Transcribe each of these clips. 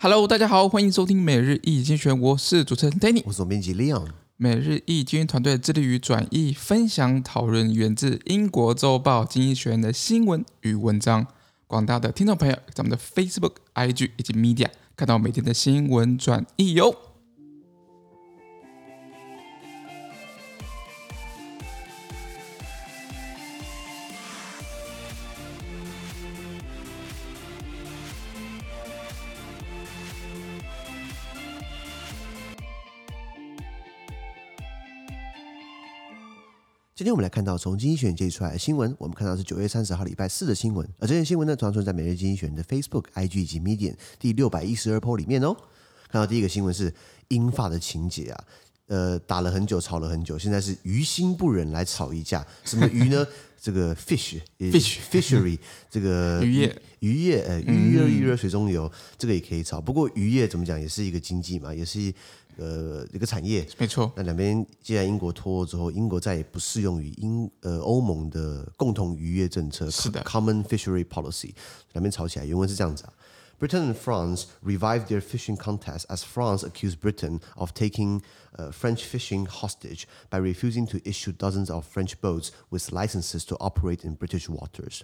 Hello， 大家好，欢迎收听每日易经选，我是主持人 Danny， 我是总编辑 Leon。 每日易经团队致力于转译、分享、讨论源自英国周报《经济学人》的新闻与文章。广大的听众朋友，在我们的 Facebook、IG 以及 Media 看到每天的新闻转译哟。 今天我们来看到从经济学人接出来的新闻，我们看到是9月30号礼拜四的新闻，而这件新闻呢，传出在每日经济学人的 Facebook、IG 以及 Medium 第612 po 里面哦。看到第一个新闻是英法的情节啊，打了很久，吵了很久，现在是于心不忍来吵一架。什么鱼呢？这个 fishery 这个渔业鱼热水中游，这个也可以炒。不过渔业怎么讲，也是一个经济嘛，也是一个产业， 没错。 那两边既然英国脱欧之后，英国再也不适用于欧盟的共同渔业政策， 是的 Common Fishery Policy， 两边吵起来。原文是这样子啊。Britain and France revived their fishing contest as France accused Britain of taking French fishing hostage by refusing to issue dozens of French boats with licenses to operate in British waters.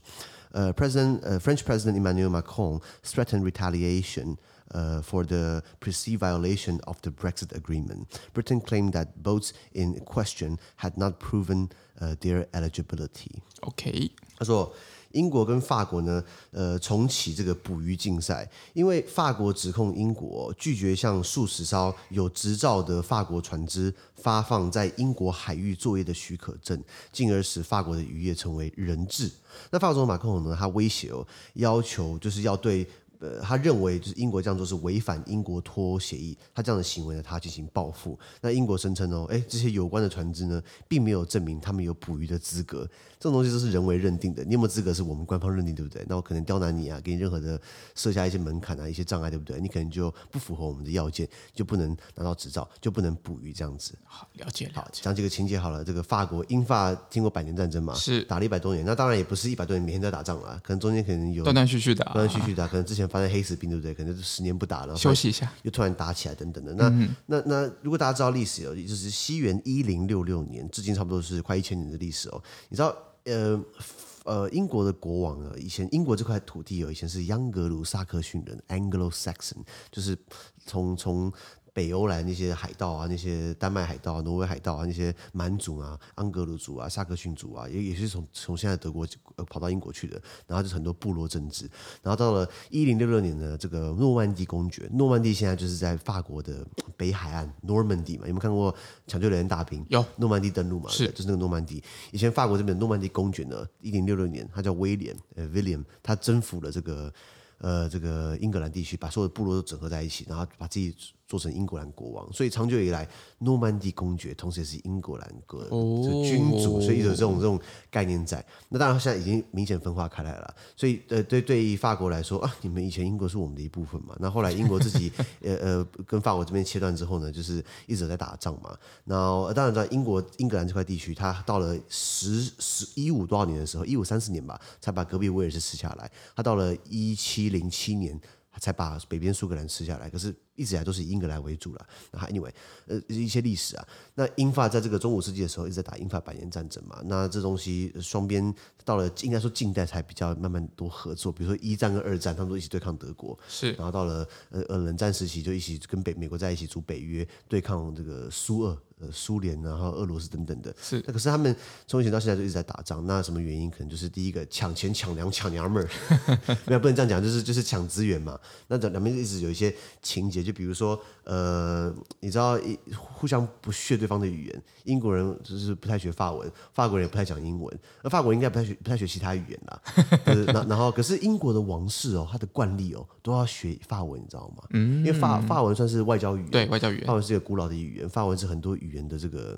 French President Emmanuel Macron threatened retaliation for the perceived violation of the Brexit agreement. Britain claimed that boats in question had not proven their eligibility. OK， 他说英国跟法国呢，重启这个捕鱼竞赛，因为法国指控英国拒绝向数十艘有执照的法国船只发放在英国海域作业的许可证，进而使法国的渔业成为人质。那法国总统马克龙呢，他威胁要求就是要对。他认为就是英国这样做是违反英国脱欧协议，他这样的行为呢，他进行报复。那英国声称这些有关的船只呢，并没有证明他们有捕鱼的资格，这种东西都是人为认定的。你有没有资格是我们官方认定，对不对？那我可能刁难你啊，给你任何的设下一些门槛啊，一些障碍，对不对？你可能就不符合我们的要件，就不能拿到执照，就不能捕鱼这样子。 好，了解。 好，讲几个情节好了。这个英法经过100年战争嘛， 是打了100多年，那当然也不是100多年每天都在打仗啦，可能中间可能有断断续续的， 可能之前发生黑死病，对不对？可能就10年不打了， 休息一下， 又突然打起来等等的。那如果大家知道历史就是西元1066年，至今差不多是快1000年的历史哦。你知道英国的国王以前英国这块土地以前是央格鲁萨克逊人 （Anglo-Saxon）， 就是从北欧来那些海盗啊，那些丹麦海盗啊、挪威海盗啊，那些蛮族啊、盎格鲁族啊、萨克逊族啊，也是从现在德国跑到英国去的，然后就是很多部落政治。然后到了1066年呢，这个诺曼底公爵，诺曼底现在就是在法国的北海岸 Normandy 嘛，有没有看过《抢救雷恩大兵》？ 有， 诺曼底登陆嘛， 是就是那个诺曼底。以前法国这边的诺曼底公爵呢，1066年他叫威廉，William， 他征服了这个英格兰地区，把所有的部落都整合在一起，然后把自己做成英格兰国王，所以长久以来，诺曼底公爵同时也是英格兰的君主，所以有这种概念在。那当然现在已经明显分化开来了，所以对于法国来说啊，你们以前英国是我们的一部分嘛，那后来英国自己跟法国这边切断之后呢，就是一直在打仗嘛。然后当然在英格兰这块地区，它到了15多少年的时候，1534年吧，才把隔壁威尔士吃下来。它到了1707年。才把北边苏格兰吃下来，可是一直以来都是以英格兰为主了。那 anyway， 一些历史啊，那英法在这个中古世纪的时候一直在打英法100年战争嘛，那这东西双边到了应该说近代才比较慢慢多合作，比如说1战跟2战，他们都一起对抗德国， 是， 然后到了冷战时期就一起跟美国在一起组北约对抗这个苏联然后俄罗斯等等的， 是。 那可是他们从以前到现在就一直在打仗，那什么原因？可能就是第一个抢钱、抢粮、抢娘们儿，没有不能这样讲，就是抢资源嘛。那两边一直有一些情节，就比如说你知道互相不屑对方的语言，英国人就是不太学法文，法国人也不太讲英文，而法国人应该不太学其他语言啦。然后可是英国的王室他的惯例都要学法文，你知道吗？因为法文算是外交语言， 对，外交语言， 法文是一个古老的语言，法文是很多语言的这个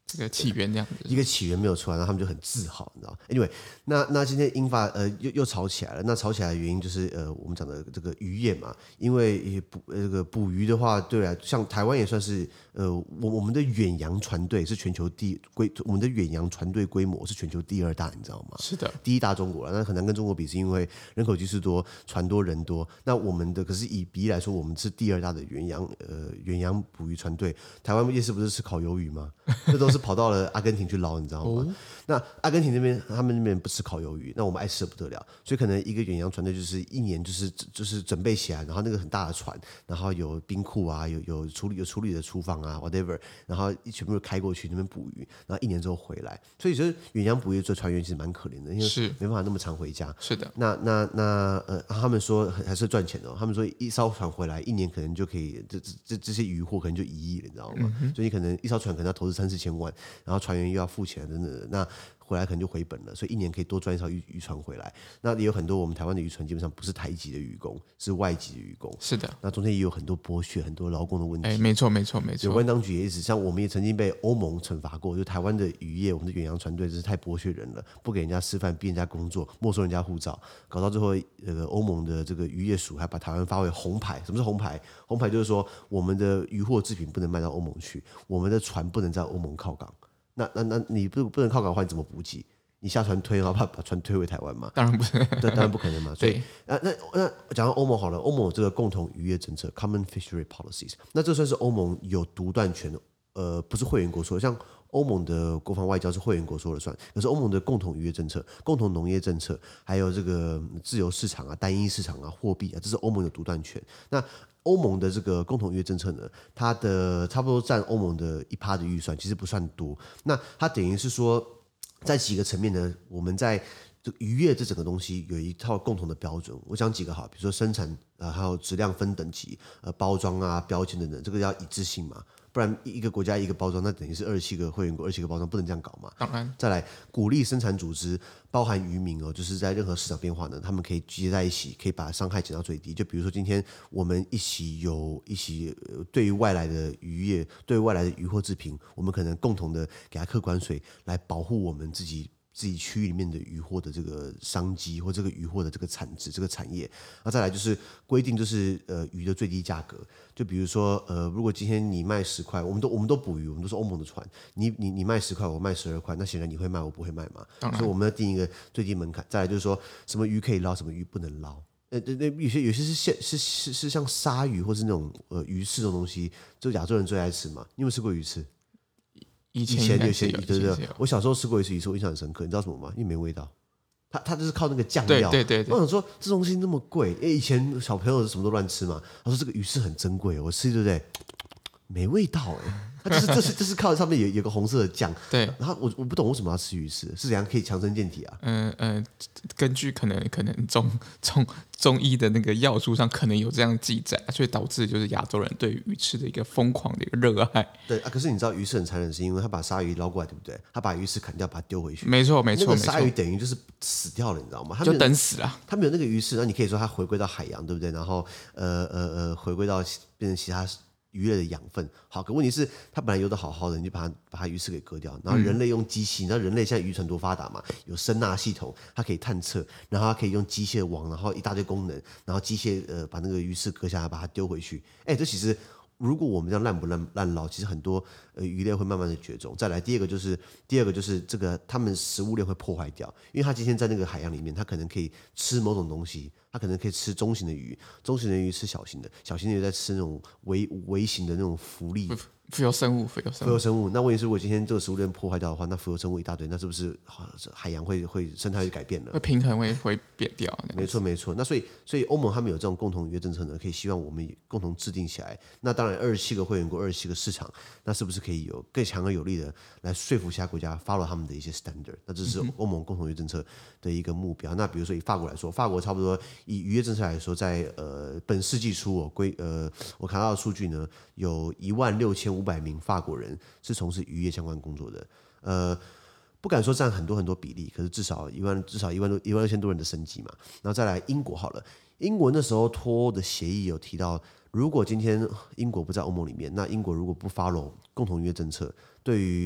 这个起源这样子， 一个起源没有出来，然后他们就很自豪，你知道 ？Anyway，那今天英法又吵起来了。那吵起来的原因就是我们讲的这个渔业嘛，因为捕鱼的话，对啊，像台湾也算是我们的远洋船队是全球我们的远洋船队规模是全球第2大，你知道吗？ 是的， 第1大中国了，那很难跟中国比，是因为人口基数多，船多人多。那我们的可是以比例来说，我们是第2大的远洋捕鱼船队。台湾夜市不是吃烤鱿鱼吗？这都是跑到了阿根廷去捞，你知道吗？那阿根廷那边他们那边不吃烤鱿鱼，那我们爱吃的不得了，所以可能一个远洋船队就是一年就是准备起来，然后那个很大的船，然后有冰库啊，有处理的厨房啊 whatever， 然后全部开过去那边捕鱼，然后1年之后回来，所以就是远洋捕鱼做船员其实蛮可怜的，因为没办法那么常回家。 是的， 他们说还是赚钱的，他们说一艘船回来1年可能就可以这些渔获可能就1亿了，你知道吗？所以你可能一艘船可能要投资3-4千万，然后船员又要付钱等等，那回来可能就回本了，所以1年可以多赚一艘渔船回来。那也有很多我们台湾的渔船基本上不是台籍的渔工，是外籍的渔工。 是的， 那中间也有很多剥削、很多劳工的问题。 没错。有关当局也一直像我们也曾经被欧盟惩罚过，就台湾的渔业，我们的远洋船队真是太剥削人了，不给人家吃饭，逼人家工作，没收人家护照，搞到最后欧盟的这个渔业署还把台湾发为红牌。什么是红牌？红牌就是说我们的渔获制品不能卖到欧盟去，我们的船不能在欧盟靠港。那你不能靠港的话，你怎么补给？你下船推，然后把船推回台湾吗？ 当然不是， 当然不可能嘛。所以那讲到欧盟好了，欧盟有这个共同渔业政策 （Common Fishery Policies），那这算是欧盟有独断权的，不是会员国说的，像欧盟的国防外交是会员国说了算，可是欧盟的共同渔业政策、共同农业政策，还有这个自由市场啊、单一市场啊、货币啊，这是欧盟有独断权。那欧盟的这个共同渔业政策呢，它的差不多占欧盟的1%的预算，其实不算多。那它等于是说，在几个层面呢，我们在这个渔业这整个东西有一套共同的标准。我讲几个好，比如说生产还有质量分等级，包装啊、标签等等，这个要一致性嘛。不然一个国家一个包装，那等于是27个会员国27个包装，不能这样搞嘛。 当然， 再来鼓励生产组织，包含渔民就是在任何市场变化呢，他们可以集结在一起，可以把伤害减到最低。就比如说今天我们一起对于外来的渔业、对于外来的渔获制品，我们可能共同的给它课关税，来保护我们自己区域里面的渔获的这个商机或这个渔获的这个产值、这个产业。那再来就是规定，就是鱼的最低价格。就比如说如果今天你卖10块，我们都捕鱼，我们都是欧盟的船，你卖10块，我卖12块，那显然你会卖，我不会卖嘛。所以我们要定一个最低门槛。再来就是说什么鱼可以捞，什么鱼不能捞。有些是像鲨鱼或是那种鱼翅这种东西，就亚洲人最爱吃嘛。你有没有吃过鱼翅？ 以前有些对， 有我小时候吃过一次鱼翅，我印象很深刻。你知道什么吗？因为没味道，它就是靠那个酱料。 对。 我想说这东西那么贵，因为以前小朋友什么都乱吃嘛。他说这个鱼翅很珍贵，我吃对不对？没味道它这是靠上面有个红色的酱。 对， 然后我不懂为什么要吃鱼翅，是怎样可以强身健体啊？ 根据可能中医的那个药书上可能有这样记载，所以导致就是亚洲人对于鱼翅的一个疯狂的一个热爱。 对可是你知道鱼翅很残忍，是因为他把鲨鱼捞过来，对不对？他把鱼翅砍掉，把它丢回去。 没错。 那个鲨鱼等于就是死掉了，你知道吗？ 就等死了。 他没有那个鱼翅，那你可以说它回归到海洋，对不对？然后回归到变成其他鱼类的养分。好，可问题是它本来游得好好的，你就把它鱼翅给割掉，然后人类用机器，然后人类现在渔船多发达嘛，有声纳系统，它可以探测，然后它可以用机械网，然后一大堆功能，然后机械把那个鱼翅割下来，把它丢回去。这其实如果我们这样烂不烂捞，其实很多鱼类会慢慢的绝种。再来第二个就是这个它们食物链会破坏掉，因为它今天在那个海洋里面，它可能可以吃某种东西，它可能可以吃中型的鱼，中型的鱼吃小型的，小型的鱼在吃那种微型的那种浮游生物。那问题是，如果今天这个食物链破坏掉的话，那浮游生物一大堆，那是不是海洋会生态会改变了？ 会平衡会变掉。 没错。那所以欧盟他们有这种共同渔业政策呢，可以希望我们共同制定起来。那当然27个会员国27个市场，那是不是可以有更强而有力的来说服其他国家 follow 他们的一些 standard？ 那这是欧盟共同渔业政策的一个目标。那比如说以法国来说，法国差不多以渔业政策来说，在本世纪初我看到的数据呢，有16500名法国人是从事渔业相关工作的。不敢说占很多很多比例，可是至少16000多人的生计嘛。然后再来英国好了，英国那时候脱欧的协议有提到，如果今天英国不在欧盟里面，那英国如果不 follow 共同渔业政策，对于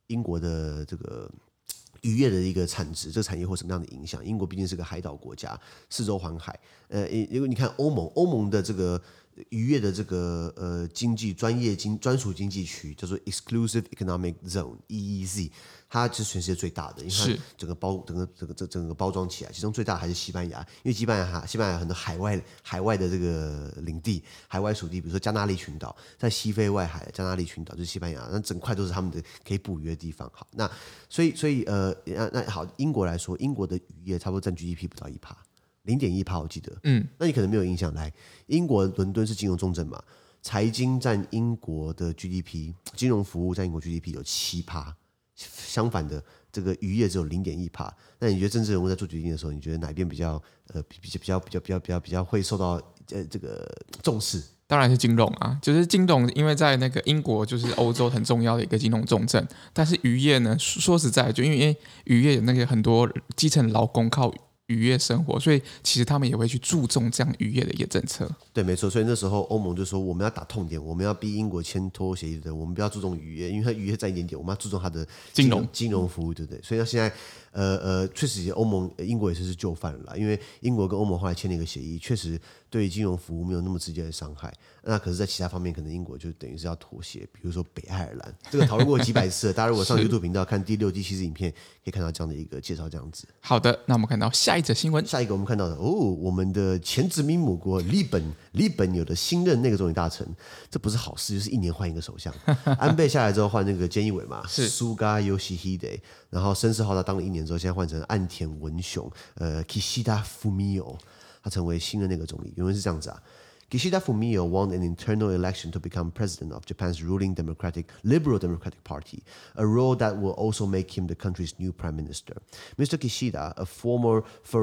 英国的这个渔业的一个产值，这个产业会什么样的影响？英国毕竟是个海岛国家，四周环海。因为你看欧盟的这个渔业的这个经济专属经济区叫做 Exclusive Economic Zone (EEZ)， 它是全世界最大的，因为它整个包装起来，其中最大还是西班牙，因为西班牙很多海外的这个领地、海外属地，比如说加那利群岛，在西非外海的加那利群岛就是西班牙，那整块都是他们的可以捕鱼的地方。好，那所以那好，英国来说，英国的渔业差不多占 GDP 不到1%。0.1%，我记得。那你可能没有印象。来，英国伦敦是金融重镇嘛，财经占英国的 GDP， 金融服务占英国 GDP 有7%。相反的，这个渔业只有0.1%。那你觉得政治人物在做决定的时候，你觉得哪一边比较会受到这个重视？ 当然是金融啊，就是金融，因为在那个英国就是欧洲很重要的一个金融重镇。但是渔业呢，说实在，就因为渔业有那个很多基层劳工靠渔业生活，所以其实他们也会去注重这样渔业的一个政策。 对，没错。所以那时候欧盟就说，我们要打痛点，我们要逼英国签脱欧协议的，我们不要注重渔业，因为它渔业占一点点，我们要注重它的金融服务，对不对？所以到现在，确实英国也是就范了啦，因为英国跟欧盟后来签了一个协议，确实对金融服务没有那么直接的伤害。那可是，在其他方面，可能英国就等于是要妥协，比如说北爱尔兰，这个讨论过几百次了。大家如果上 YouTube 频道看第6、第7支影片，可以看到这样的一个介绍，这样子。 好的，那我们看到下一则新闻。 下一个我们看到的我们的前殖民母国日本有了新任内阁总理大臣，这不是好事，就是1年换一个首相。安倍下来之后换那个菅义伟嘛，是Suga Yoshihide，然后声势浩大当了1年之后，现在换成岸田文雄，Kishida Fumio， 他成为新任内阁总理。原文是这样子啊。Kishida Fumio won an internal election to become president of Japan's ruling Liberal Democratic Party, a role that will also make him the country's new prime minister. Mr. Kishida, a former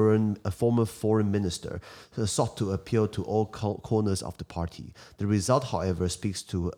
foreign minister, sought to appeal to all corners of the party. The result, however, speaks to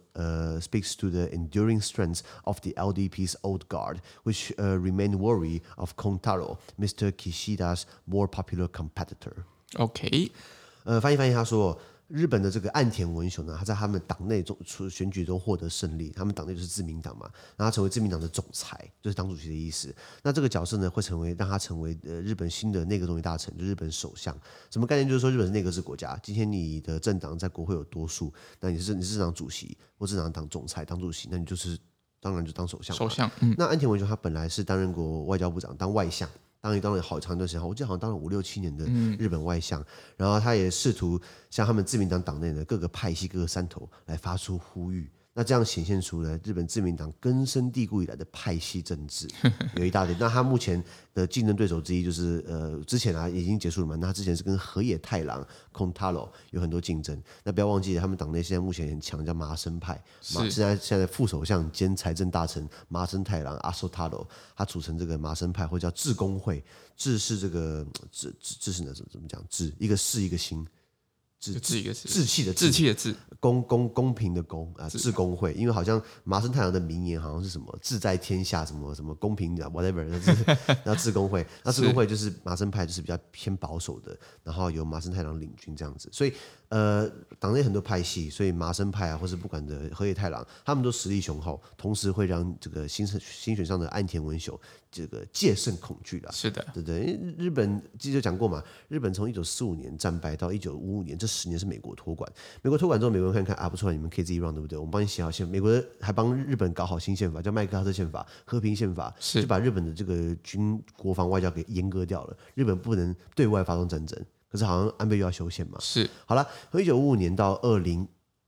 the enduring strength of the LDP's old guard, which remained wary of Kontaro, Mr. Kishida's more popular competitor. OK， 翻译他说。日本的这个岸田文雄呢，他在他们党内选举中获得胜利，他们党内就是自民党嘛，然后他成为自民党的总裁，就是党主席的意思。那这个角色呢，会让他成为日本新的内阁总理大臣，就日本首相。什么概念？就是说日本是内阁制国家，今天你的政党在国会有多数，那你是政党主席或政党总裁、党主席，那你当然就当首相。那岸田文雄他本来是担任过外交部长，当外相。当了好长一段时间，我记得好像当了5、6、7年的日本外相，然后他也试图向他们自民党党内的各个派系、各个山头来发出呼吁。那这样显现出了日本自民党根深蒂固以来的派系政治有一大堆。那他目前的竞争对手之一就是之前已经结束了嘛？那他之前是跟河野太郎 Kontaro 有很多竞争。那不要忘记他们党内现在目前很强叫麻生派，现在副首相兼财政大臣麻生太郎 Asotaro， 他组成这个麻生派或叫致公会，致是这个致是呢怎么讲？致一个是一个心。 志气的志， 公平的公啊，致公会，因为好像麻生太郎的名言好像是什么志在天下，什么公平的 whatever， 然后致公会，那致公会就是麻生派，就是比较偏保守的，然后由麻生太郎领军这样子，所以党内很多派系，所以麻生派啊，或是不管的河野太郎，他们都实力雄厚，同时会让这个新选上的岸田文雄这个戒慎恐惧啦。 是的， 对不对？日本之前就讲过嘛，日本从1945年战败到1955年，这10年是美国托管。美国托管之后，美国人看不错，你们可以自己 run， 对不对？我们帮你写好宪法，美国还帮日本搞好新宪法，叫麦克阿瑟宪法、和平宪法，就把日本的这个国防外交给阉割掉了。日本不能对外发动战争，可是好像安倍又要修宪嘛。 是， 好了，从1955年到2009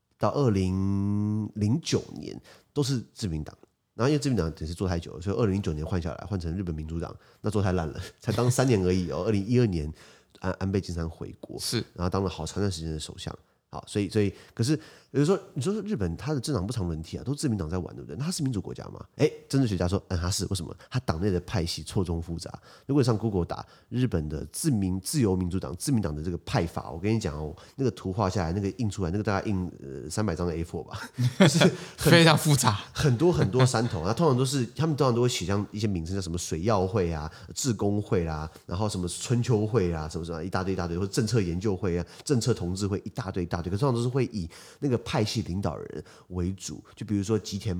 年都是自民党。然后因为自民党也是做太久了，所以2009年换下来，换成日本民主党，那做太烂了，才当3年而已哦。2012年安倍晋三回国， 是，然后当了好长段时间的首相。好，所以可是有人说，你说日本他的政党不常轮替啊，都是自民党在玩，对不对？那他是民主国家吗？政治学家说，他是，为什么？他党内的派系错综复杂。如果上 Google 打日本的自由民主党、自民党的这个派法，我跟你讲哦，那个图画下来，那个印出来，那个大概印300张的 A4 吧，就是非常复杂， 很多山头。他们通常都会写上一些名称，叫什么水曜会啊、致公会啦，然后什么春秋会啊，什么一大堆，或者政策研究会啊、政策同志会一大堆。可是通常都是会以那个派系领导人为主，就比如说吉田茂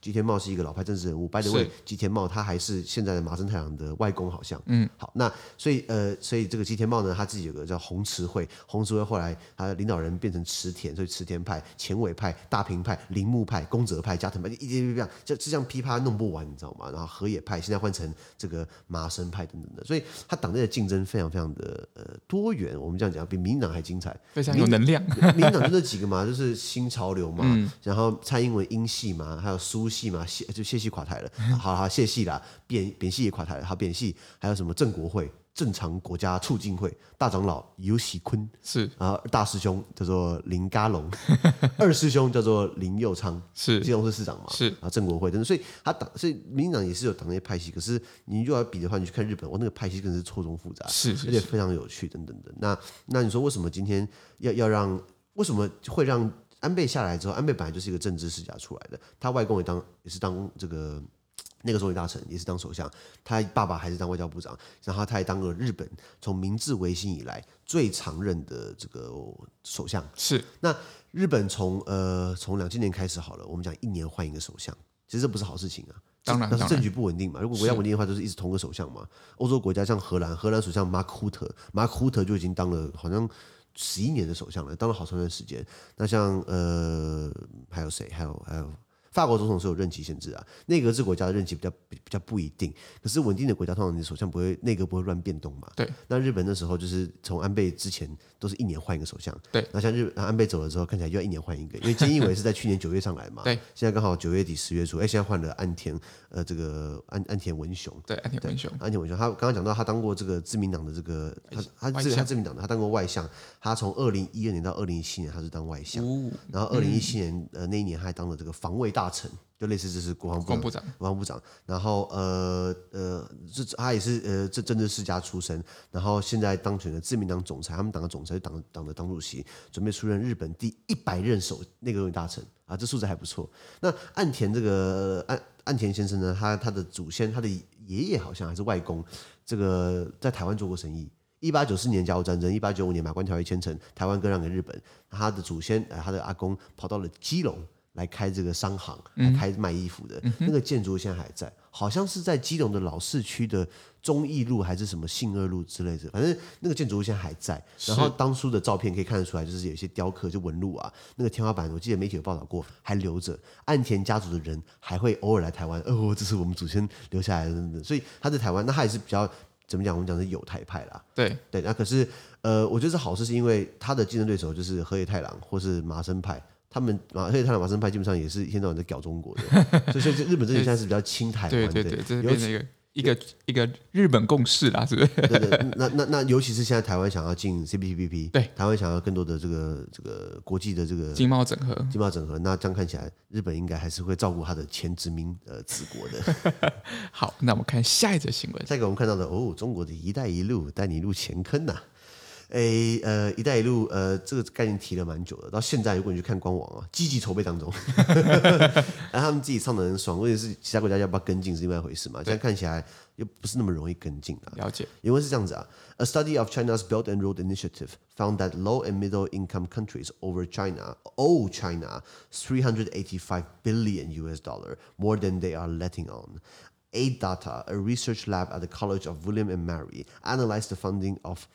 吉田茂是一个老派政治人物。by the way，吉田茂他还是现在的麻生太郎的外公，好像。好，那所以这个吉田茂呢，他自己有个叫红池会，红池会后来他领导人变成池田，所以池田派、前尾派、大平派、铃木派、宫泽派、加藤派，一就这样噼啪弄不完，你知道吗？然后河野派现在换成这个麻生派等等的，所以他党内的竞争非常非常的多元。我们这样讲，比民进党还精彩， 非常有能量。 民进党就那几个嘛，就是新潮流嘛，然后蔡英文英系嘛，还有苏系嘛，就谢系垮台了，好谢系啦，扁系也垮台了，好扁系，还有什么正国会、正常国家促进会大长老游喜坤是， 然后大师兄叫做林家龙，二师兄叫做林佑昌， 是基隆市市长嘛， 是啊正国会等等，所以民进党也是有党内派系，可是你如果要比的话，你去看日本，那个派系更是错综复杂， 是而且非常有趣等等的。那你说为什么今天要让为什么会让安倍下来之后，安倍本来就是一个政治世家出来的，他外公也是当这个。那个总理大臣也是当首相，他爸爸还是当外交部长，然后他也当了日本从明治维新以来最长任的这个首相。 是， 那日本从2000年开始好了，我们讲1年换一个首相，其实这不是好事情啊。 当然， 但是政局不稳定嘛。如果国家稳定的话，就是一直同个首相嘛。欧洲国家像荷兰首相马克胡特就已经当了好像11年的首相了，当了好长一段时间。那像还有谁？还有。法国总统是有任期限制啊，内阁制国家的任期比较不一定，可是稳定的国家通常你的首相内阁不会乱变动嘛。 对。 那日本那时候就是从安倍之前都是1年换一个首相。 对。 那像安倍走了之后，看起来就要1年换一个，因为菅义伟是在去年9月上来嘛。 对。 现在刚好9月底10月初，现在换了岸田这个岸田文雄。 对，岸田文雄。 他刚刚讲到他当过这个自民党的这个他自民党的，他当过外相，他从2012年到2017年他是当外相，然后2017年那一年他还当了这个防卫大臣。就类似这是国防部长，然后他也是这政治世家出身，然后现在当选了自民党总裁，他们党的总裁是党的党主席，准备出任日本第100任内阁总理大臣啊，这数字还不错。那岸田岸田先生呢，他的祖先，他的爷爷好像还是外公，这个在台湾做过生意。1894年甲午战争，1895年马关条约签成，台湾割让给日本，他的祖先他的阿公跑到了基隆。来开这个商行，来开卖衣服的，那个建筑现在还在，好像是在基隆的老市区的忠义路还是什么信二路之类的，反正那个建筑物现在还在。然后当初的照片可以看得出来，就是有一些雕刻，就纹路啊，那个天花板，我记得媒体有报道过，还留着。岸田家族的人还会偶尔来台湾，这是我们祖先留下来的等等，所以他在台湾，那他也是比较怎么讲？我们讲是友台派啦。 对， 那可是我觉得是好事，是因为他的竞争对手就是河野太郎或是麻生派。他们河野太郎麻生派基本上也是一天到晚在搞中国的，所以日本这里现在是比较亲台湾的， 对，这是变成一个日本共识啦，是不是？ 对，那尤其是现在台湾想要进 CPTPP， 对， 台湾想要更多的这个国际的这个经贸整合， 那这样看起来，日本应该还是会照顾他的前殖民子国的。 好，那我们看下一则新闻。 下一个我们看到的中国的一带一路带你入钱坑呐。一带一路这个概念提了蛮久了，到现在如果你去看官网啊，积极筹备当中，然后他们自己唱的很爽，问题是其他国家要不要跟进是另外一回事嘛？现在看起来又不是那么容易跟进啊。 了解， 因为是这样子啊 ，A study of China's Belt and Road Initiative found that low and middle income countries owe China $385 billion more than they are letting on. ADATA, a research lab at the College of William and Mary, analyzed the funding of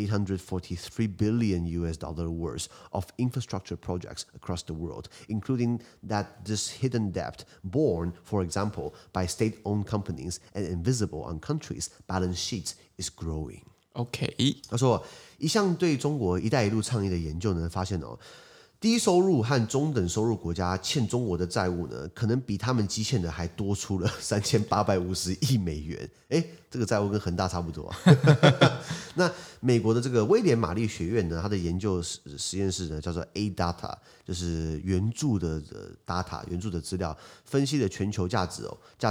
$843 billion worth of infrastructure projects across the world, including that this hidden debt borne, for example, by state-owned companies and invisible on countries' balance sheets is growing. OK， 他说，一项对中国“一带一路”倡议的研究呢，发现低收入和中等收入国家欠中国的债务呢，可能比他们积欠的还多出了3850亿美元。这个债务跟恒大差不多啊。那美国的这个威廉玛丽学院呢，它的研究实验室呢叫做 ADATA， 就是援助的 data 援助的资料，分析了全球价值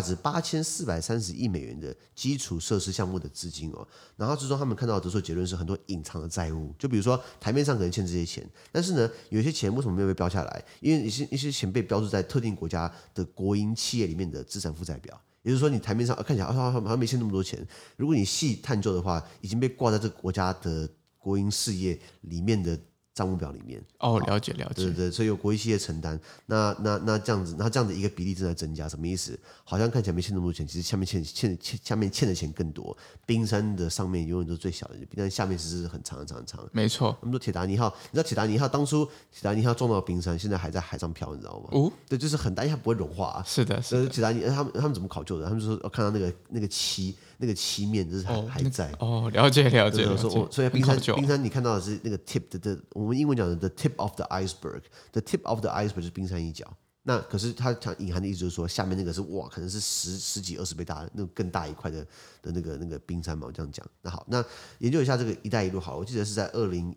8430亿美元的基础设施项目的资金然后最终他们看到得出的结论是很多隐藏的债务，就比如说台面上可能欠这些钱，但是呢有一些钱为什么没有被标下来？因为一些钱被标注在特定国家的国营企业里面的资产负债表。也就是说，你台面上看起来好像没欠那么多钱，如果你细探究的话，已经被挂在这个国家的国营事业里面的账目表里面。 哦，了解了解。 对对对，所以有国际企业承担，那这样子，那这样的一个比例正在增加，什么意思？好像看起来没欠那么多钱，其实下面欠的钱更多。冰山的上面永远都是最小的，冰山下面是很长很长很长。 没错。 那么说铁达尼号，你知道铁达尼号当初铁达尼号撞到冰山，现在还在海上漂，你知道吗？ 哦， 对，就是很担心它不会融化、啊。 是的，是的。 铁达尼他们怎么考究的？他们就说看到那个漆面就是还在。 哦，了解了解了解。 所以冰山你看到的是那个 tip 的，我们英文讲的 the tip of the iceberg，the tip of the iceberg 就是冰山一角。那可是它隐含的意思就是说，下面那个是哇，可能是十几20倍大，那个更大一块的那个冰山嘛，我这样讲。那好，那研究一下这个“一带一路”好，我记得是在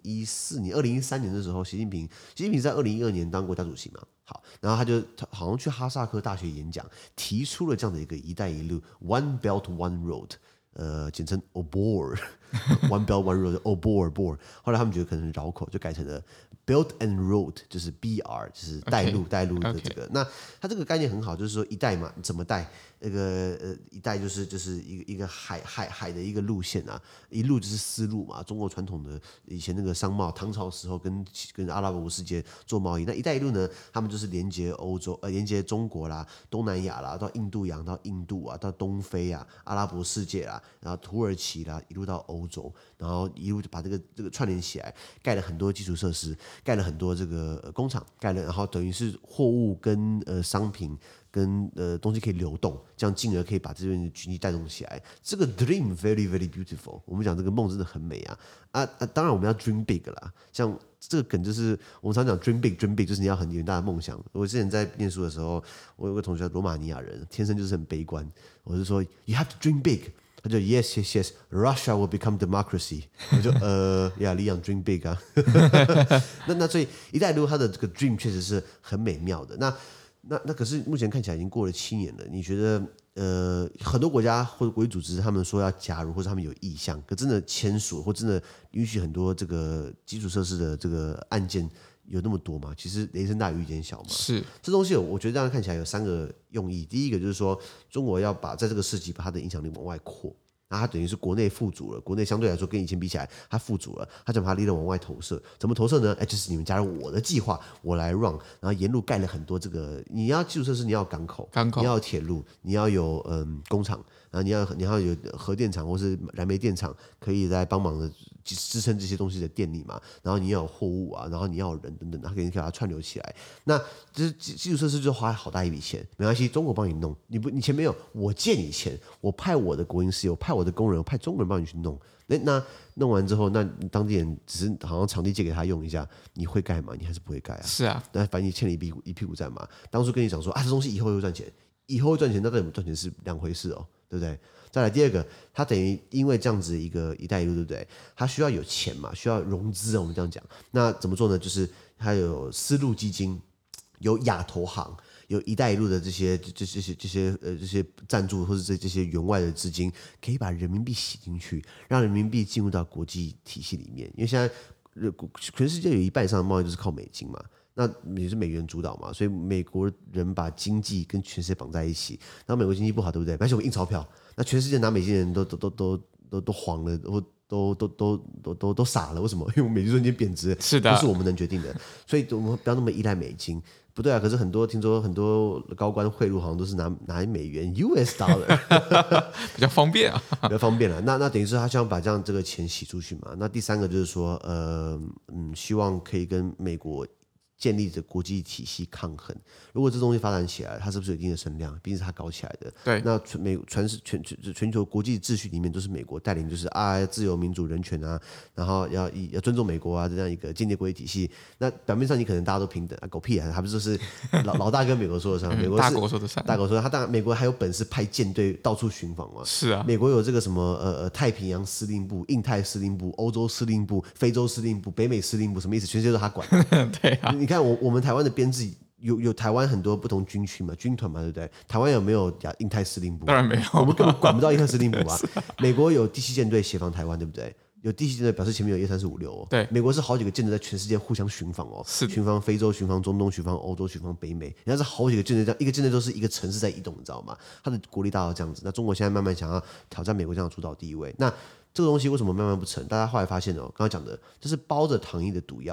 2013年的时候，习近平在2012年当国家主席嘛，好，然后他好像去哈萨克大学演讲，提出了这样的一个“一带一路 ”（One Belt One Road），简称 OBOR，One Belt One Road，OBOR。后来他们觉得可能绕口，就改成了 Belt and Road， 就是 BR， 就是带路的这个。那它这个概念很好，就是说一带嘛，怎么带？一带就是一个海的一个路线啊，一路就是丝路嘛，中国传统的以前那个商贸，唐朝时候跟阿拉伯世界做贸易。那一带一路呢，他们就是连接欧洲，连接中国啦、东南亚啦，到印度洋，到印度啊，到东非啊、阿拉伯世界啦，然后土耳其啦，一路到欧洲，然后一路就把这个串联起来，盖了很多基础设施，盖了很多这个工厂，然后等于是货物跟商品跟东西可以流动，这样进而可以把这边的经济带动起来。这个 dream very very beautiful， 我们讲这个梦真的很美啊！当然我们要 dream big 啦，像这个梗就是我们常讲 dream big， 就是你要很远大的梦想。我之前在念书的时候，我有个同学罗马尼亚人，天生就是很悲观，我就说 you have to dream big。他就 yes Russia will become democracy。我就李阳 dream big 啊。那所以一带一路它的这个 dream 确实是很美妙的。那可是目前看起来已经过了7年了，你觉得很多国家或者国际组织他们说要加入，或者他们有意向，可真的签署或真的允许很多这个基础设施的这个案件有那么多吗？其实雷声大雨点小嘛。 是这东西我觉得这样看起来有3个用意。第一个就是说，中国要在这个世纪把它的影响力往外扩。那它等于是国内富足了，国内相对来说跟以前比起来，它富足了，它就把它力量往外投射。怎么投射呢？就是你们加入我的计划，我来 run， 然后沿路盖了很多这个，你要基础设施，你要有港口，你要有铁路，你要有工厂，然后你要有核电厂或是燃煤电厂，可以来帮忙的支撑这些东西的电力嘛。然后你要有货物啊，然后你要有人等等，它可以把它串流起来。那这基础设施就花好大一笔钱，没关系，中国帮你弄，你钱没有，我借你钱，我派我的国营事业，我派我的工人，我派中国人帮你去弄。那弄完之后，那当地人只是好像场地借给他用一下，你会盖吗？你还是不会盖啊？ 是啊， 那反正你欠了一屁股债嘛。当初跟你讲说这东西以后会赚钱，以后会赚钱，那跟你赚钱是2回事哦，对不对？再来第二个，它等于因为这样子一个一带一路，对不对？它需要有钱嘛，需要融资，我们这样讲。那怎么做呢？就是它有丝路基金，有亚投行。有一带一路的这些赞助或者这些员外的资金，可以把人民币洗进去，让人民币进入到国际体系里面。因为现在全世界有1半以上的贸易都是靠美金嘛，那也是美元主导嘛，所以美国人把经济跟全世界绑在一起。然后美国经济不好，对不对？而且我印钞票，那全世界拿美金的人都黄了，或都傻了。为什么？因为我们美金瞬间贬值， 是的， 不是我们能决定的。所以我们不要那么依赖美金。不对啊，可是听说很多高官贿赂好像都是拿美元 US dollar， 比较方便啊， 比较方便了。那等于是他想把这个钱洗出去嘛。那第3个就是说，希望可以跟美国建立着国际体系抗衡。如果这东西发展起来，它是不是有一定的声量？毕竟是它搞起来的。 对， 那全球国际秩序里面都是美国带领，就是自由民主人权啊，然后要尊重美国啊，这样一个建立国际体系。那表面上你可能大家都平等啊，狗屁啊，还不就是老大跟美国说的算？美国是大国说的算， 大国说他当然美国还有本事派舰队到处巡访嘛。 是啊， 美国有这个什么太平洋司令部、印太司令部、欧洲司令部、非洲司令部、北美司令部，什么意思？全世界都他管。 对啊， 你看我们台湾的编制有台湾很多不同军区嘛，军团嘛，对不对？台湾有没有印太司令部？ 当然没有， 我们根本管不到印太司令部啊。美国有第7舰队协防台湾，对不对？有第7舰队表示前面有1、2、3、4、5、6哦。 对， 美国是好几个舰队在全世界互相巡访哦，巡防非洲、巡防中东、巡防欧洲、巡防北美，人家是好几个舰队，这样一个舰队都是一个城市在移动，你知道吗？它的国力大到这样子。那中国现在慢慢想要挑战美国这样的主导地位，那这个东西为什么慢慢不成？大家后来发现哦，刚刚讲的，这是包着糖衣的毒药。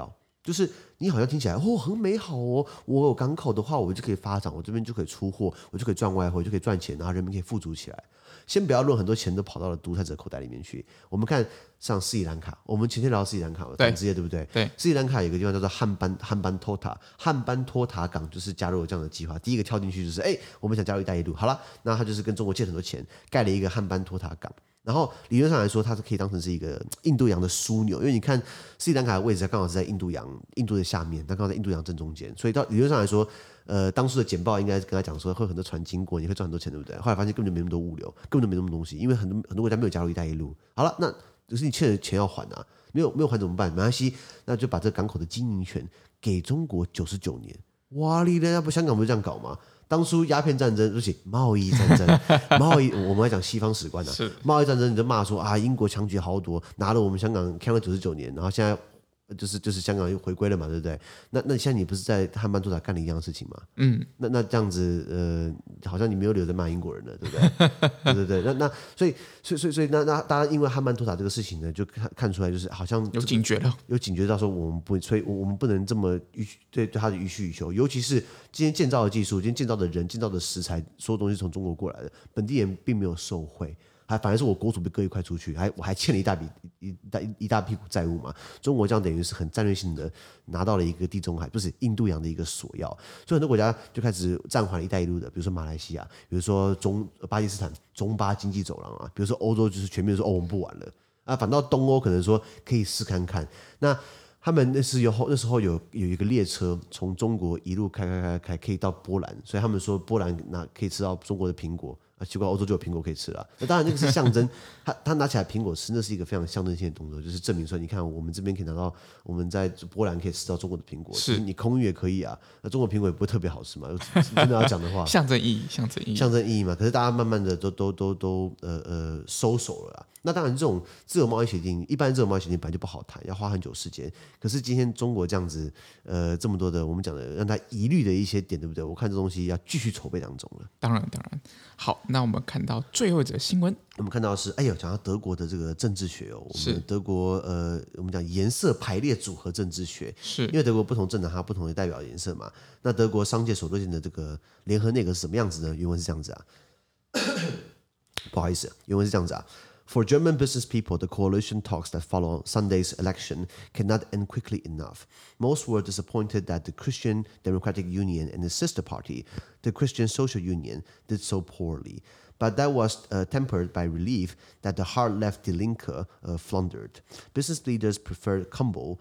就是你好像听起来很美好哦，我有港口的话，我就可以发展，我这边就可以出货，我就可以赚外汇，就可以赚钱，然后人民可以富足起来。先不要论很多钱都跑到了独裁者口袋里面去，我们看像斯里兰卡，我们前天聊到斯里兰卡纺织业对不对？ 对， 斯里兰卡有个地方叫做汉班托塔港，就是加入了这样的计划。第一个跳进去就是我们想加入一带一路，好了，那他就是跟中国借很多钱，盖了一个汉班托塔港。然后理论上来说，它是可以当成是一个印度洋的枢纽，因为你看斯里兰卡的位置刚好是在印度的下面，它刚好在印度洋正中间，所以到理论上来说，当初的简报应该跟他讲说会有很多船经过，你会赚很多钱，对不对？后来发现根本就没那么多物流，根本就没那么多东西，因为很多国家没有加入一带一路。好了，那可是你欠的钱要还啊，没有还怎么办？没关系，那就把这港口的经营权给中国99年。哇哩嘞，要不香港不是这样搞吗？当初鸦片战争，而且贸易战争，我们来讲西方史观啊，贸易战争你就骂说英国强权豪夺，拿了我们香港看了99年，然后现在就是香港又回归了嘛，对不对？那现在你不是在汉班托塔干了一样的事情吗？那这样子好像你没有留着骂英国人了，对不对？对，那所以那大家因为汉班托塔这个事情呢，就看出来就是好像有警觉了， 有警觉到说所以我们不能这么对他的予取予求，尤其是今天建造的技术、今天建造的人、建造的食材，所有东西从中国过来的，本地人并没有受惠。反而是我国土被割一块出去，我还欠了一大屁股债务嘛。中国这样等于是很战略性的拿到了一个地中海，不是印度洋的一个索要，所以很多国家就开始暂缓一带一路的，比如说马来西亚，比如说巴基斯坦中巴经济走廊啊，比如说欧洲就是全面说我们不玩了反倒东欧可能说可以试看看。那他们那时候有一个列车从中国一路开，可以到波兰，所以他们说波兰可以吃到中国的苹果。奇怪，欧洲就有苹果可以吃了。那当然，那个是象征。他拿起来苹果吃，那是一个非常象征性的动作，就是证明说，你看我们这边可以拿到，我们在波兰可以吃到中国的苹果， 是你空运也可以啊。那中国苹果也不会特别好吃嘛，真的要讲的话， 象征意义嘛。可是大家慢慢的都收手了啦。那当然，这种自由贸易协定，一般自由贸易协定本来就不好谈，要花很久时间。可是今天中国这样子，这么多的我们讲的让他疑虑的一些点，对不对？我看这东西要继续筹备当中了。 当然。好，那我们看到最后一则新闻， 我们看到的是，讲到德国的这个政治学我们德国我们讲颜色排列组合政治学， 是因为德国不同政党它有不同的代表颜色嘛。那德国商界所推荐的这个联合内阁是什么样子呢？原文是这样子不好意思，原文是这样子For German business people, the coalition talks that follow Sunday's election cannot end quickly enough. Most were disappointed that the Christian Democratic Union and its sister party, the Christian Social Union, did so poorly. But that was tempered by relief that the hard-left Die Linke floundered. Business leaders preferred Combo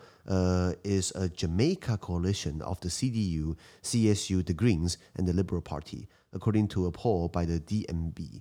is a Jamaica coalition of the CDU, CSU, the Greens, and the Liberal Party, according to a poll by the DMB,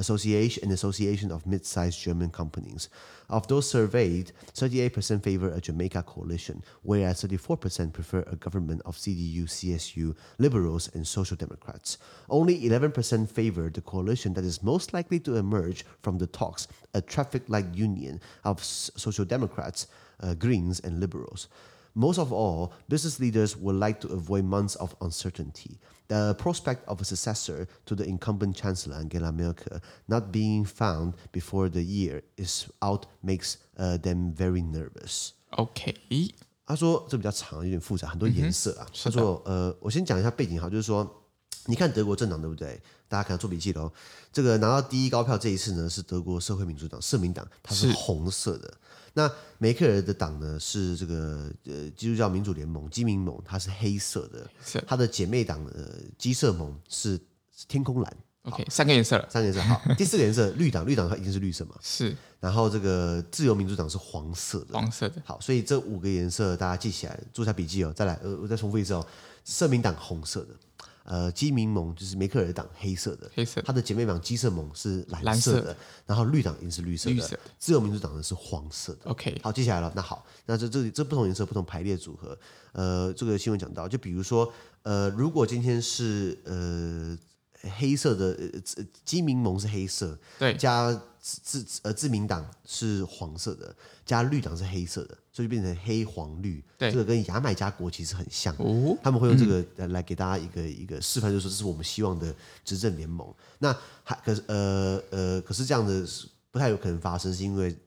Association of Mid-sized German Companies. Of those surveyed, 38% favor a Jamaica coalition, whereas 34% prefer a government of CDU, CSU, Liberals, and Social Democrats. Only 11% favor the coalition that is most likely to emerge from the talks, a traffic-light union of Social Democrats, Greens, and Liberals. Most of all, business leaders would like to avoid months of uncertainty. The prospect of a successor to the incumbent Chancellor Angela Merkel not being found before the year is out makes them very nervous. OK， 他说这比较长，有点复杂，很多颜色啊。他说我先讲一下背景，就是说，你看德国政党对不对？大家可能做笔记喽。这个拿到第一高票这一次呢，是德国社会民主党社民党，它是红色的。那梅克尔的党呢是这个基督教民主联盟基民盟，它是黑色的。它的姐妹党基社盟是天空蓝。 OK， 三个颜色了。 好，第四个颜色绿党它一定是绿色嘛？ 是。 然后这个自由民主党是黄色的。好，所以这5个颜色大家记起来，做一下笔记哦。再来，我再重复一次哦。社民党红色的。基民盟就是梅克尔党黑色的，它的姐妹党基社盟是蓝色的，然后绿党也是绿色的，自由民主党呢是黄色的。 OK， 好，记起来了。那好，那这不同颜色不同排列组合，这个新闻讲到，就比如说，如果今天是黑色的基民盟是黑色， 对， 加自民党是黄色的，加绿党是黑色的，所以就变成黑黄绿。这个跟牙买加国旗是很像的，他们会用这个来给大家一个示范，就是说这是我们希望的执政联盟。那可是这样的不太有可能发生，是因为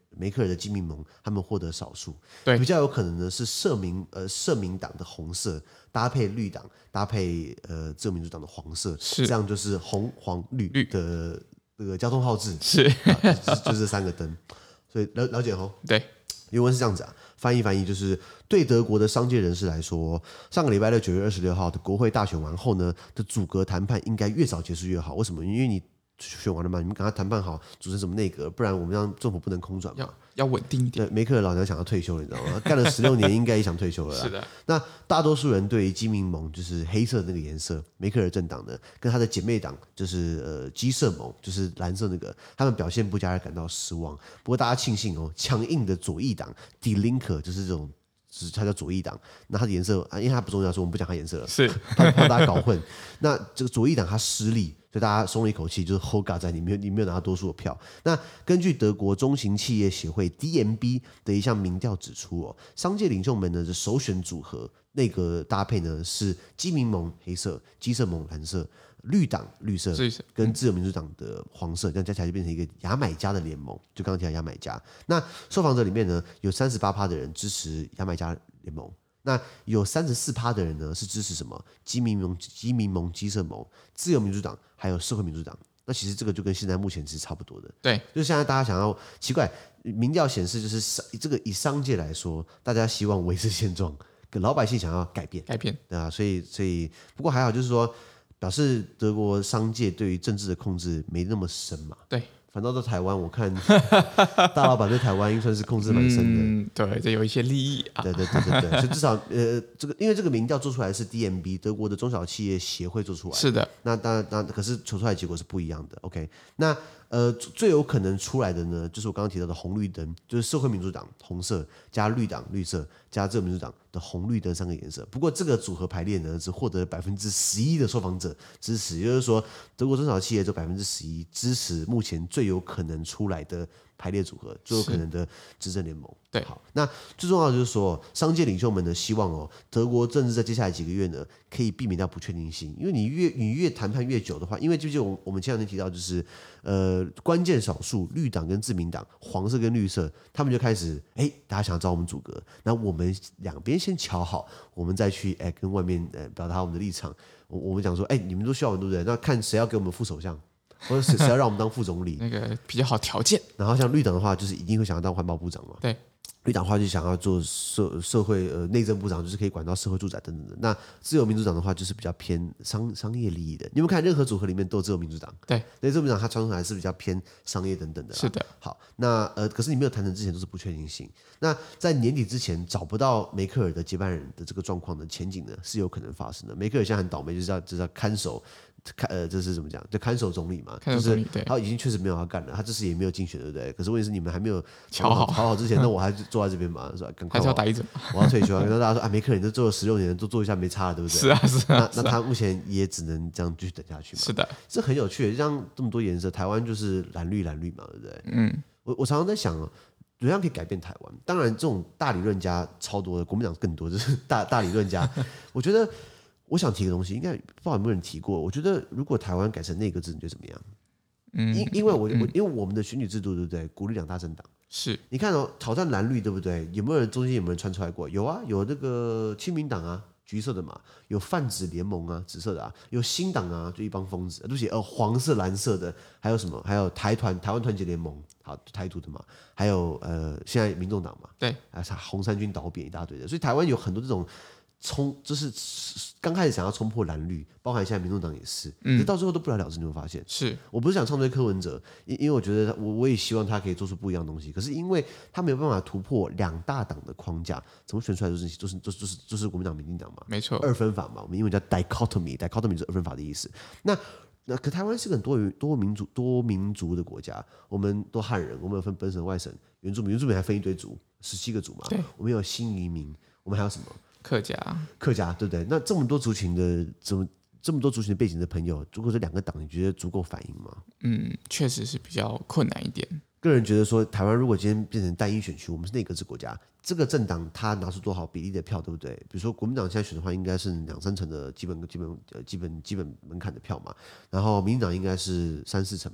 梅克尔的基民盟他们获得少数， 对， 比较有可能呢是社民党的红色搭配绿党搭配自由民主党的黄色， 是这样就是红黄绿的这个交通号志是， 就是这3个灯，所以了解吼。 对， 原文是这样子啊，翻译就是对德国的商界人士来说，上个礼拜六9月26号的国会大选完后呢的阻隔谈判应该越早结束越好。为什么？因为你选完了嘛，你们赶快谈判好，组成什么内阁，不然我们让政府不能空转嘛。 要稳定一点。 对，梅克尔老娘想要退休了，你知道吗？干了16年，应该也想退休了啦。 是的， 那大多数人对于基民盟就是黑色的那个颜色，梅克尔政党呢，跟他的姐妹党就是基社盟，就是蓝色那个，他们表现不佳而感到失望。不过大家庆幸哦，强硬的左翼党 Die Linke 就是这种。它叫左翼党，那它的颜色因为它不重要，所以我们不讲它颜色了， 是怕大家搞混。那这个左翼党它失利，所以大家松了一口气，就是 Hoga 在你没有拿到多数的票。那根据德国中型企业协会 DMB 的一项民调指出哦，商界领袖们的首选组合内阁搭配呢是基民盟黑色、基社盟蓝色、绿党绿色跟自由民主党的黄色，这样加起来就变成一个牙买加的联盟。就刚刚提到牙买加，那受访者里面呢，有38%的人支持牙买加联盟，那有34%的人呢是支持什么基民盟、基社盟、自由民主党还有社会民主党。那其实这个就跟现在目前是差不多的。 对， 就现在大家想要奇怪，民调显示就是这个以商界来说，大家希望维持现状，跟老百姓想要改变，对啊，所以不过还好，就是说表示德国商界对于政治的控制没那么深嘛。 对， 反倒到台湾，我看大老板对台湾应该算是控制蛮深的。对，这有一些利益啊。 对，所以至少这个因为这个民调做出来是 DMB 德国的中小企业协会做出来的， 是的。 那可是求出来的结果是不一样的。OK， 那最有可能出来的呢，就是我刚刚提到的红绿灯，就是社会民主党红色加绿党绿色加自由民主党的红绿灯3个颜色。不过这个组合排列呢，只获得11%的受访者支持，也就是说，德国中小企业只有11%支持目前最有可能出来的排列组合，最有可能的执政联盟。 对， 好，那最重要的就是说，商界领袖们呢，希望德国政治在接下来几个月呢，可以避免掉不确定性，因为你越谈判越久的话，因为就我们前两天提到，就是关键少数绿党跟自民党，黄色跟绿色，他们就开始大家想要找我们阻隔，那我们两边先瞧好，我们再去跟外面表达我们的立场。我们讲说，你们都需要我们对不对？那看谁要给我们副首相。或者谁要让我们当副总理， 那个比较好条件。 然后像绿党的话，就是一定会想要当环保部长嘛。 对， 绿党的话就想要做社会内政部长，就是可以管到社会住宅等等的。那自由民主党的话，就是比较偏商业利益的。你们看任何组合里面都有自由民主党， 对， 那自由民主党它传统还是比较偏商业等等的。 是的。 好，那可是你没有谈成之前都是不确定性。那在年底之前找不到梅克尔的接班人的这个状况的前景呢，是有可能发生的。梅克尔现在很倒霉，就是要看守。这是怎么讲？就看守总理嘛，就是他已经确实没有要干了，他这次也没有竞选，对不对？可是问题是你们还没有吵好之前，那我还坐在这边嘛，是吧？赶快还是要待着， 我要退休。跟大家说啊，梅克尔你都做了16年，都做一下没差了，对不对？ 是啊。 那他目前也只能这样继续等下去嘛。 是的， 这很有趣，像这么多颜色，台湾就是蓝绿嘛，对不对？我常常在想怎么样可以改变台湾？当然，这种大理论家超多的，国民党更多，就是大理论家，我觉得。我想提个东西，应该不知道有没有人提过。我觉得如果台湾改成内阁制，你觉得怎么样？因为我们的选举制度对不对？鼓励2大政党。 是， 你看挑战蓝绿对不对？有没有人中间有没有人穿出来过？有啊，有那个亲民党啊，橘色的嘛，有泛紫联盟啊，紫色的啊，有新党啊，就一帮疯子，对不起，黄色蓝色的，还有什么？还有台湾团结联盟，好台独的嘛，还有现在民众党嘛， 对， 红衫军倒扁一大堆的，所以台湾有很多这种。就是刚开始想要冲破蓝绿，包含现在民众党也是，到最后都不了了之。你会发现， 是我不是想唱衰柯文哲，因为我觉得我也希望他可以做出不一样的东西。可是因为他没有办法突破2大党的框架，怎么选出来就是国民党、民进党嘛， 没错， 二分法嘛，我们英文叫 dichotomy 就是二分法的意思。那可台湾是个很多民族的国家，我们都汉人，我们有分本省、外省、原住民还分一堆族，17个族嘛， 对， 我们有新移民，我们还有什么？客家对不对？那这么多族群的背景的朋友，如果这2个党，你觉得足够反应吗？ 确实是比较困难一点。 个人觉得说，台湾如果今天变成单一选区，我们是内阁制国家，这个政党他拿出多少比例的票，对不对？比如说国民党现在选的话，应该是2-3成的基本门槛的票嘛，然后民进党应该是3-4成吧。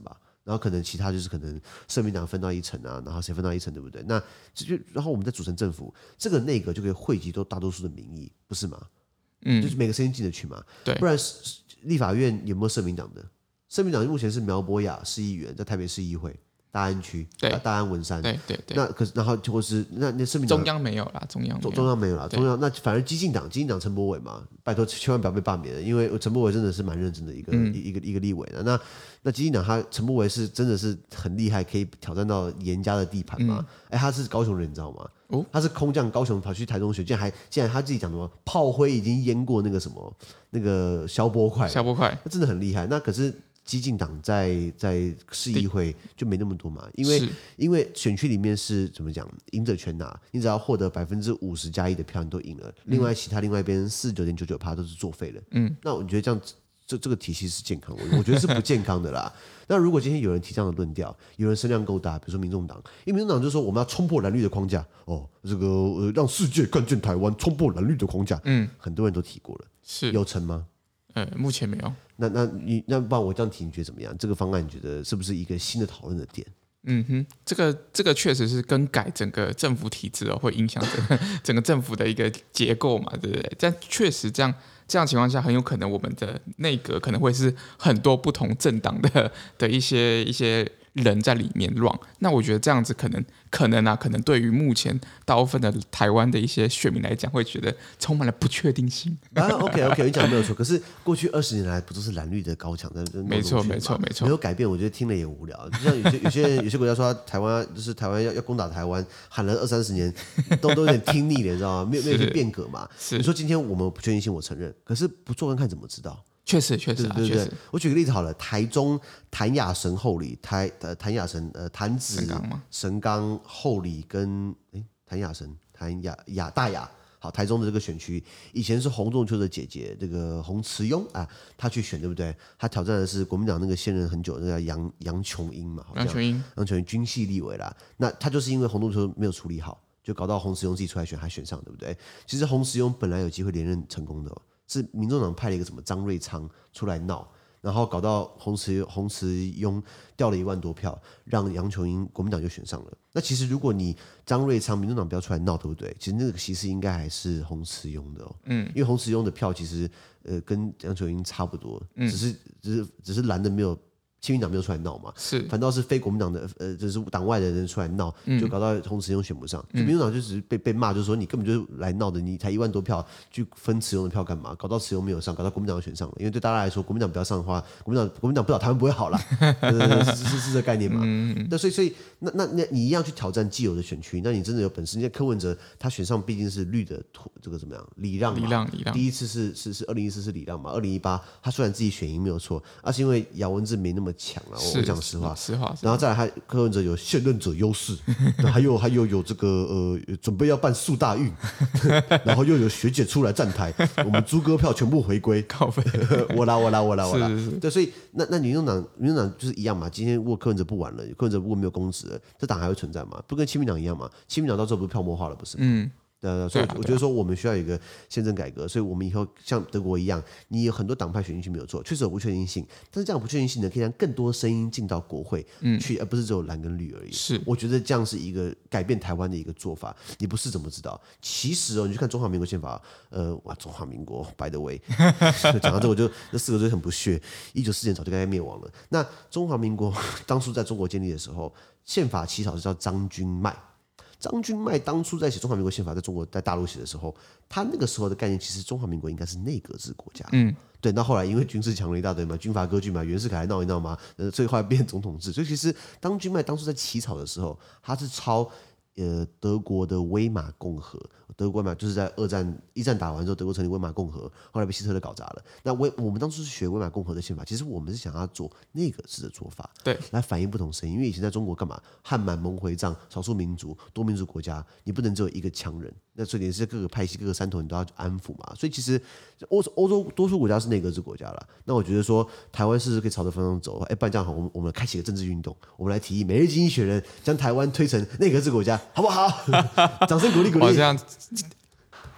然后可能其他就是可能社民党分到一层啊，然后谁分到一层，对不对？那然后我们再组成政府，这个内阁就可以汇集大多数的民意，不是吗？就是每个声音进得去嘛。 对， 不然立法院有没有社民党的？社民党目前是苗博雅市议员，在台北市议会大安区，大安文山。 对。 那可是然后或是那社民党中央没有啦，中央没有啦，中央那反而激进党陈柏惟嘛，拜托千万不要被罢免了，因为陈柏惟真的是蛮认真的一个立委的。那激进党陈柏惟是真的是很厉害，可以挑战到严家的地盘嘛？他是高雄人，你知道吗？他是空降高雄跑去台中学，竟然他自己讲什么炮灰已经淹过那个什么那个消波块，那真的很厉害。那可是激进党在市议会就没那么多嘛，因为选区里面是怎么讲，赢者全拿，你只要获得50+1的票，你都赢了。另外一边49.99%都是作废了。那我觉得这样这个体系是健康，我觉得是不健康的啦。那如果今天有人提这样的论调，有人声量够大，比如说民众党，因为民众党就说我们要冲破蓝绿的框架，这个让世界看见台湾，冲破蓝绿的框架，很多人都提过了， 是有成吗？ 目前没有。 那不然我这样提，你觉得怎么样？这个方案你觉得是不是一个新的讨论的点？ 这个确实是更改整个政府体制会影响整个政府的一个结构嘛，对不对？但确实这样情况下，很有可能我们的内阁可能会是很多不同政党的一些人在里面乱。那我觉得这样子可能对于目前大部分的台湾的一些选民来讲，会觉得充满了不确定性。 OK， 你讲没有错。可是过去20年来不都是蓝绿的高墙在没错，没有改变，我觉得听了也无聊。就像有些国家说台湾要攻打台湾，喊了20-30年，都有点听腻了，你知道吗？没有一些变革嘛。你说今天我们不确定性，我承认，可是不做看怎么知道？ 确实， 对。我举个例子好了，台中谭雅神后里，谭雅神谭子神冈后里跟谭雅神大雅。好，台中的这个选区，以前是洪仲丘的姐姐，这个洪慈庸啊，她去选，对不对？她挑战的是国民党那个现任很久那个杨琼英嘛， 杨琼英军系立委啦。那她就是因为洪仲丘没有处理好，就搞到洪慈庸自己出来选，还选上，对不对？其实洪慈庸本来有机会连任成功的是民众党派了一个什么张瑞昌出来闹，然后搞到洪慈庸掉了1万多票，让杨琼英国民党就选上了。那其实如果你张瑞昌民众党不要出来闹，对不对？其实那个席次应该还是洪慈庸的因为洪慈庸的票其实跟杨琼英差不多，只是蓝的没有。亲民党没有出来闹嘛，反倒是非国民党的就是党外的人出来闹，就搞到洪慈庸选不上。就民众党就只是被骂，就是说你根本就是来闹的，你才1万多票，去分慈庸的票干嘛？搞到慈庸没有上，搞到国民党选上了。因为对大家来说，国民党不要上的话，国民党不倒台湾不会好啦，是这个概念嘛。那所以那你一样去挑战既有的选区，那你真的有本事。你看柯文哲他选上毕竟是绿的，这个怎么样？礼让。第一次是2014是礼让嘛，2018他虽然自己选赢没有错，而是因为姚文智没那么强了，我讲实话，然后再来，柯文哲有现任者优势，还有这个准备要办树大运，然后又有学姐出来站台，我们猪哥票全部回归，我啦，对，所以那民众党就是一样嘛。今天如果柯文哲不玩了，柯文哲如果没有公职了，这党还会存在吗？不跟亲民党一样嘛？亲民党到时候不是泡沫化了，不是吗？所以我觉得说我们需要有一个宪政改革，所以我们以后像德国一样，你有很多党派选进去没有错，确实有不确定性，但是这样不确定性呢，可以让更多声音进到国会去，而不是只有蓝跟绿而已。我觉得这样是一个改变台湾的一个做法。你不是怎么知道？其实你去看中华民国宪法，中华民国 by the way， 讲到这我就这4个字很不屑，1947年早就该灭亡了。那中华民国当初在中国建立的时候，宪法起草是叫张君迈。张君迈当初在写中华民国宪法，在中国在大陆写的时候，他那个时候的概念其实中华民国应该是内阁制国家。对。那后来因为军事强了一大堆嘛，军阀割据嘛，袁世凯还闹一闹嘛，所以后来变总统制。所以其实张君迈当初在起草的时候，他是抄德国的威玛共和。德国威玛就是在一战打完之后，德国成立威玛共和，后来被希特勒搞砸了。那我们当初是学威玛共和的宪法，其实我们是想要做内阁制的做法， 对， 来反映不同声音。因为以前在中国干嘛？汉满蒙回藏，少数民族、多民族国家，你不能只有一个强人。那所以你是各个派系、各个山头，你都要安抚嘛。所以其实欧洲多数国家是内阁制国家了。那我觉得说台湾是可以朝着方向走。不然这样好，我们开启个政治运动，我们来提议每日经济学人将台湾推成内阁制国家，好不好？掌声鼓励鼓励。 这样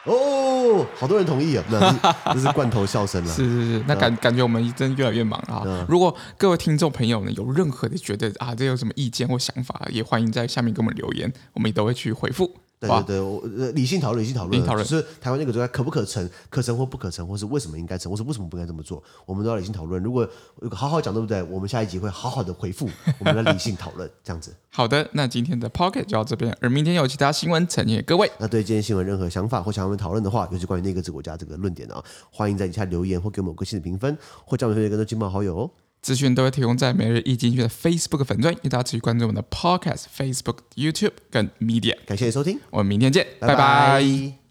哦，好多人同意啊，那是罐头笑声了。 是，那感觉我们真越来越忙啊。如果各位听众朋友呢有任何的觉得这有什么意见或想法，也欢迎在下面给我们留言，我们也都会去回复。 对，理性讨论，就是台湾那个可不可成，可成或不可成，或是为什么应该成，或是为什么不应该这么做，我们都要理性讨论。如果好好讲，对不对？我们下一集会好好的回复我们的理性讨论，这样子。 好的，那今天的 Pocket 就到这边，而明天有其他新闻呈现给各位。 那对今天新闻任何想法或想要我们讨论的话，尤其关于内阁制国家这个论点啊，欢迎在底下留言或给我们5颗星的评分，或将我们推荐更多亲朋好友哦。 资讯都会提供在每日一经济学的 Facebook 粉专，也大家持续关注我们的 Podcast、Facebook、YouTube 跟 Media。 感谢你收听， 我们明天见，拜拜拜。